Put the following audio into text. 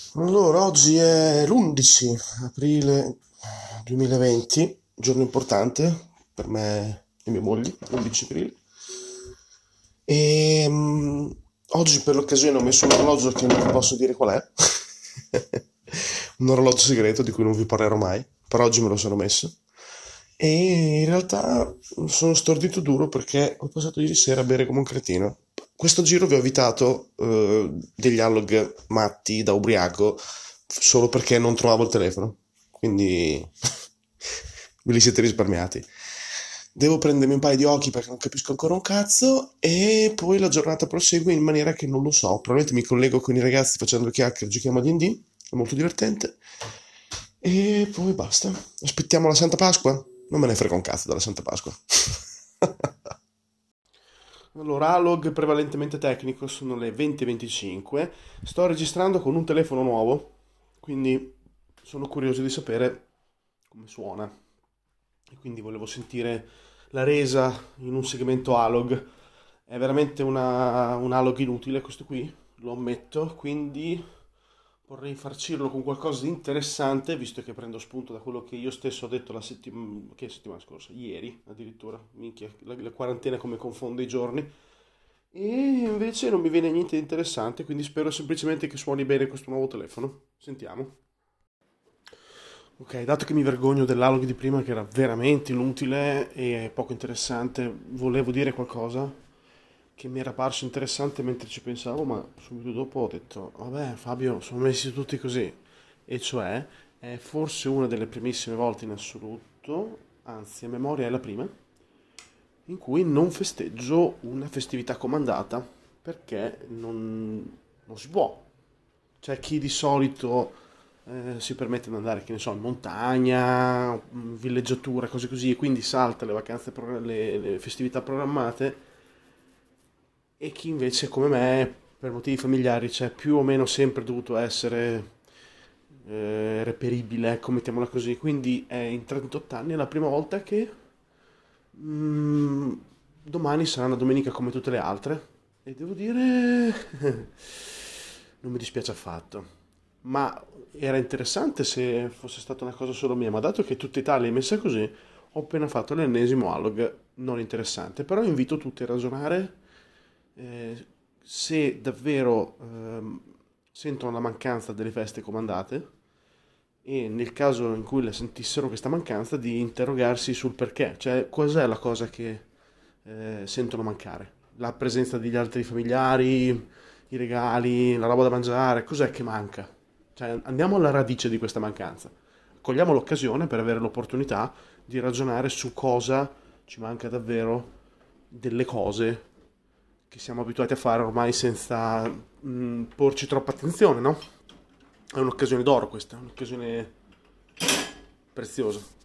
Allora, oggi è l'11 aprile 2020, giorno importante per me e mia moglie, 11 aprile. E oggi per l'occasione ho messo un orologio che non vi posso dire qual è, un orologio segreto di cui non vi parlerò mai, però oggi me lo sono messo. E in realtà sono stordito duro perché ho passato ieri sera a bere come un cretino. Questo giro vi ho evitato degli analog matti da ubriaco solo perché non trovavo il telefono. Quindi ve li siete risparmiati. Devo prendermi un paio di occhi perché non capisco ancora un cazzo e poi la giornata prosegue in maniera che non lo so. Probabilmente mi collego con i ragazzi facendo chiacchiere, giochiamo a D&D, è molto divertente. E poi basta. Aspettiamo la Santa Pasqua? Non me ne frega un cazzo dalla Santa Pasqua. Allora, Alog prevalentemente tecnico, sono le 20:25. Sto registrando con un telefono nuovo, quindi sono curioso di sapere come suona. E quindi volevo sentire la resa in un segmento Alog. È veramente un Alog inutile questo qui, lo ammetto, quindi vorrei farcirlo con qualcosa di interessante, visto che prendo spunto da quello che io stesso ho detto che settimana scorsa, ieri addirittura, minchia, la quarantena come confonde i giorni. E invece non mi viene niente di interessante, quindi spero semplicemente che suoni bene questo nuovo telefono. Sentiamo. Ok, dato che mi vergogno dell'alog di prima che era veramente inutile e poco interessante, volevo dire qualcosa che mi era parso interessante mentre ci pensavo, ma subito dopo ho detto, vabbè Fabio, sono messi tutti così. E cioè, è forse una delle primissime volte in assoluto, anzi a memoria è la prima, in cui non festeggio una festività comandata perché non si può. C'è chi di solito si permette di andare, che ne so, in montagna, villeggiatura, cose così, e quindi salta le vacanze, le festività programmate, e chi invece, come me, per motivi familiari, c'è più o meno sempre dovuto essere reperibile, ecco, mettiamola così. Quindi è in 38 anni è la prima volta che Mm, domani sarà una domenica come tutte le altre e devo dire non mi dispiace affatto. Ma era interessante se fosse stata una cosa solo mia, ma dato che tutta Italia è messa così, ho appena fatto l'ennesimo alog non interessante. Però invito tutti a ragionare se davvero sentono la mancanza delle feste comandate e nel caso in cui la sentissero questa mancanza di interrogarsi sul perché, cioè cos'è la cosa che sentono mancare. La presenza degli altri familiari, i regali, la roba da mangiare, cos'è che manca? Cioè andiamo alla radice di questa mancanza. Cogliamo l'occasione per avere l'opportunità di ragionare su cosa ci manca davvero delle cose che siamo abituati a fare ormai senza porci troppa attenzione, no? È un'occasione d'oro questa, è un'occasione preziosa.